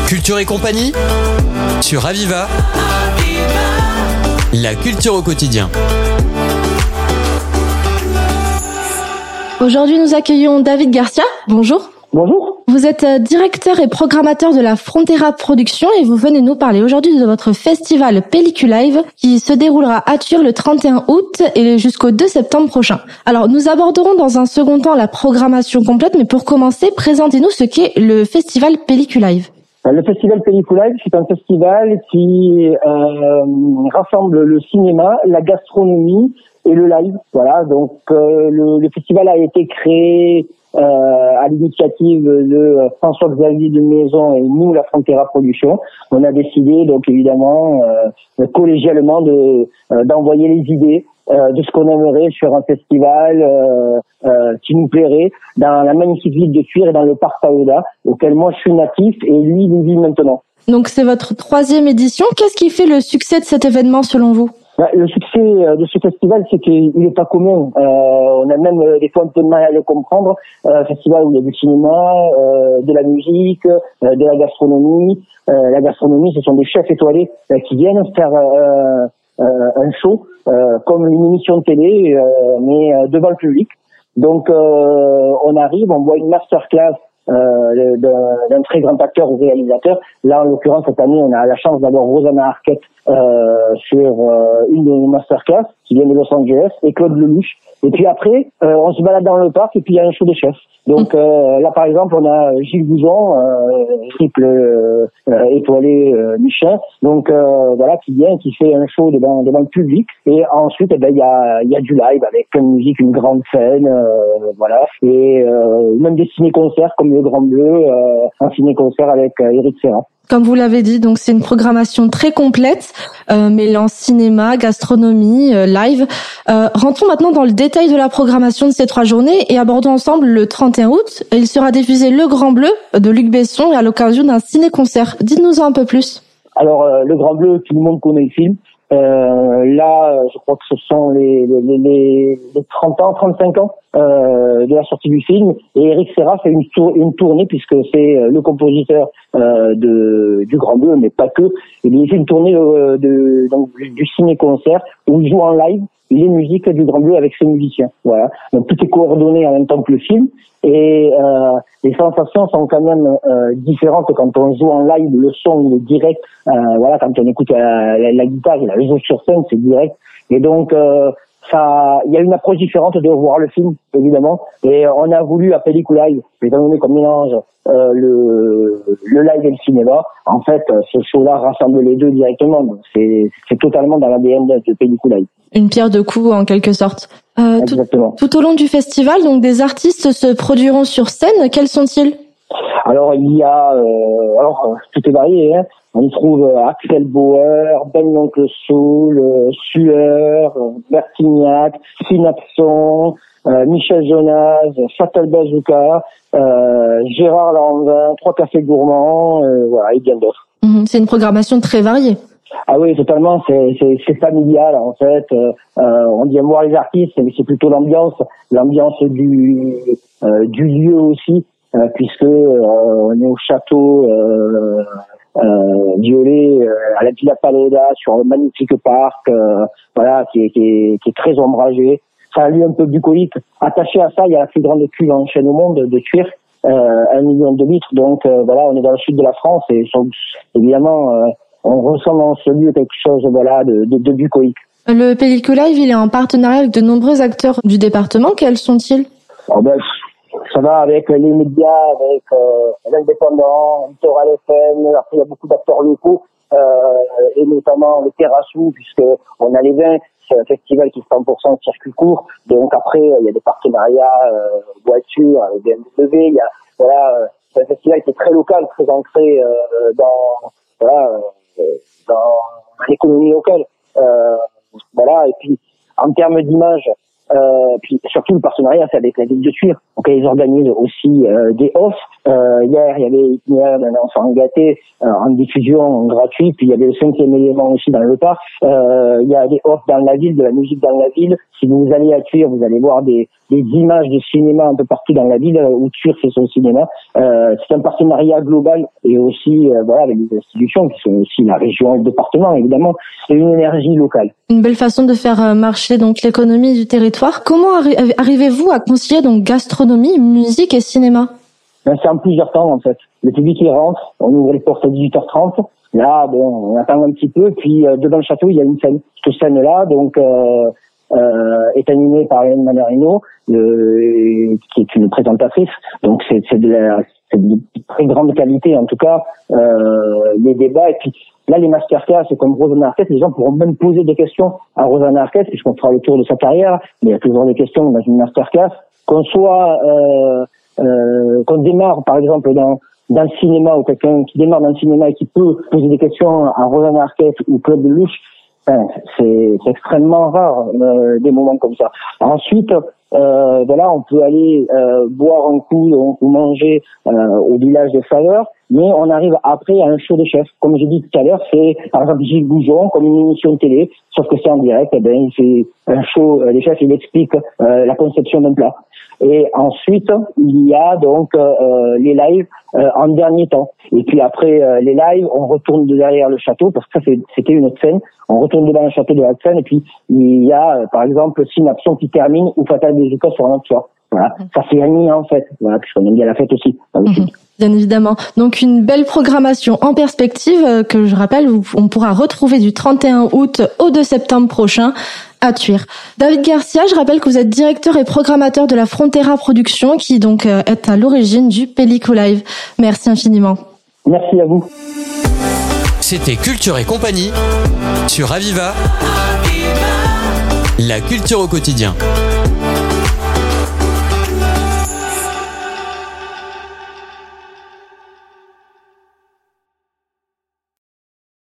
Culture et compagnie sur Aviva. La culture au quotidien. Aujourd'hui, nous accueillons David Garcia. Bonjour. Bonjour. Vous êtes directeur et programmateur de la Frontera Production et vous venez nous parler aujourd'hui de votre festival Pelliculive qui se déroulera à Tuire le 31 août et jusqu'au 2 septembre prochain. Alors, nous aborderons dans un second temps la programmation complète, mais pour commencer, présentez-nous ce qu'est le festival Pelliculive. Le festival Pelliculive, c'est un festival qui rassemble le cinéma, la gastronomie et le live. Voilà, donc le festival a été créé à l'initiative de François-Xavier de Maison et nous, la Frontera Production. On a décidé donc évidemment collégialement d'envoyer les idées de ce qu'on aimerait sur un festival qui nous plairait dans la magnifique ville de Tuire et dans le parc Paoda, auquel moi je suis natif et lui il vit maintenant. Donc c'est votre 3e édition. Qu'est-ce qui fait le succès de cet événement selon vous ? Le succès de ce festival, c'est qu'il n'est pas commun. On a même des fois un peu de mal à le comprendre. Un festival où il y a du cinéma, de la musique, de la gastronomie. La gastronomie, ce sont des chefs étoilés qui viennent faire un show, comme une émission de télé, mais devant le public. Donc, on arrive, on voit une masterclass d'un très grand acteur ou réalisateur. Là, en l'occurrence, cette année, on a la chance d'avoir Rosanna Arquette sur une de nos masterclass qui vient de Los Angeles et Claude Lelouch. Et puis après, on se balade dans le parc et puis il y a un show de chefs. Donc là, par exemple, on a Gilles Bouzon, triple étoilé Michelin. Donc voilà, qui vient, qui fait un show devant le public. Et ensuite, il y a du live avec plein de musique, une grande scène, voilà. Et même des ciné-concerts comme le Grand Bleu, un ciné-concert avec Eric Serra. Comme vous l'avez dit, donc c'est une programmation très complète, mêlant cinéma, gastronomie, live. Rentrons maintenant dans le détail de la programmation de ces 3 journées et abordons ensemble le 31 août. Il sera diffusé Le Grand Bleu de Luc Besson à l'occasion d'un ciné-concert. Dites-nous un peu plus. Alors, Le Grand Bleu, tout le monde connaît le film. Là, je crois que ce sont les 30 ans, 35 ans de la sortie du film. Et Eric Serra fait une tournée puisque c'est le compositeur du Grand Bleu, mais pas que. Il fait une tournée donc du ciné-concert où il joue en live les musiques du Grand Bleu avec ses musiciens. Voilà. Donc tout est coordonné en même temps que le film. Et les sensations sont quand même différentes quand on joue en live. Le son il est direct. Voilà, quand on écoute la guitare, il joue sur scène, c'est direct. Et donc il y a une approche différente de voir le film, évidemment. Et on a voulu à Pelliculive, étant donné qu'on mélange le live et le cinéma. En fait, ce show-là rassemble les deux directement. Donc c'est totalement dans l'ADN de Pelliculive. Une pierre de coups en quelque sorte. Exactement. Tout au long du festival, donc des artistes se produiront sur scène. Quels sont-ils ? Alors il y a, tout est varié. Hein. On y trouve Axel Bauer, Ben l'Oncle Soul, Sueur, Bertignac, Synapson, Michel Jonas, Fatal Bazooka, Gérard Lanvin, Trois Cafés Gourmands, voilà, et bien d'autres. C'est une programmation très variée. Ah oui, totalement. C'est familial en fait. On vient voir les artistes, mais c'est plutôt l'ambiance du lieu aussi, puisque on est au château violet à la Villa Paoda sur un magnifique parc, voilà, qui est très ombragé. C'est un lieu un peu bucolique. Attaché à ça, il y a la plus grande cuve en chêne au monde de Tuire, 1 million de litres. Donc voilà, on est dans le sud de la France et évidemment. On ressent dans ce lieu quelque chose, voilà, de bucolique. Le Pelliculive, il est en partenariat avec de nombreux acteurs du département. Quels sont-ils ? Ça va avec les médias, avec l'Indépendant, Littoral FM. Après, il y a beaucoup d'acteurs locaux, et notamment le Terrassou, puisque on a les vins. C'est un festival qui est 100% circuit court. Donc après, il y a des partenariats voitures, avec BMW. Il y a, voilà, c'est un festival qui est très local, très ancré dans l'économie locale. Voilà, et puis en termes d'image, puis surtout tout le partenariat c'est avec la ville de Tuire. Donc ils organisent aussi des offres. Hier il y avait Itinéraire d'un enfant gâté en diffusion gratuite, puis il y avait le 5e élément aussi dans le parc. Il y a des offres dans la ville, de la musique dans la ville. Si vous allez à Tuire, vous allez voir des images de cinéma un peu partout dans la ville où Tuire fait son cinéma. C'est un partenariat global et aussi voilà, avec des institutions qui sont aussi la région et le département évidemment. C'est une énergie locale. Une belle façon de faire marcher donc l'économie du territoire. Comment arrivez-vous à concilier donc gastronomie, musique et cinéma? C'est en plusieurs temps en fait. Le public il rentre, on ouvre les portes à 18h30. Là, bon, on attend un petit peu, puis devant le château il y a une scène. Cette scène-là, donc est animée par Hélène Manarino, qui est une présentatrice. Donc c'est de très grande qualité en tout cas. Les débats et puis là les masterclass, c'est comme Rosanna Arquette, les gens pourront même poser des questions à Rosanna Arquette puisqu'on fera le tour de sa carrière. Mais il y a toujours des questions dans une masterclass. Qu'on démarre par exemple dans le cinéma ou quelqu'un qui démarre dans le cinéma et qui peut poser des questions à Rosanna Arquette ou Claude Lelouch, c'est extrêmement rare des moments comme ça. Ensuite, voilà, on peut aller boire un coup ou manger au village des Saveurs, mais on arrive après à un show de chef. Comme j'ai dit tout à l'heure, c'est par exemple Gilles Goujon, comme une émission de télé, sauf que c'est en direct. Eh ben, il fait un show, les chefs, il explique la conception d'un plat. Et ensuite, il y a donc les lives en dernier temps. Et puis après les lives, on retourne derrière le château, parce que ça c'était une autre scène. On retourne devant le château de la scène, et puis il y a par exemple Synapson qui termine ou Fatal Bazooka sur un autre soir. Voilà, ça fait gagner en fait. Voilà, puisqu'on aime bien la fête aussi. Bien évidemment. Donc une belle programmation en perspective que je rappelle, on pourra retrouver du 31 août au 2 septembre prochain à Tuire. David Garcia, je rappelle que vous êtes directeur et programmateur de la Frontera Production qui donc est à l'origine du Pelliculive. Merci infiniment. Merci à vous. C'était Culture et compagnie sur Aviva. La culture au quotidien.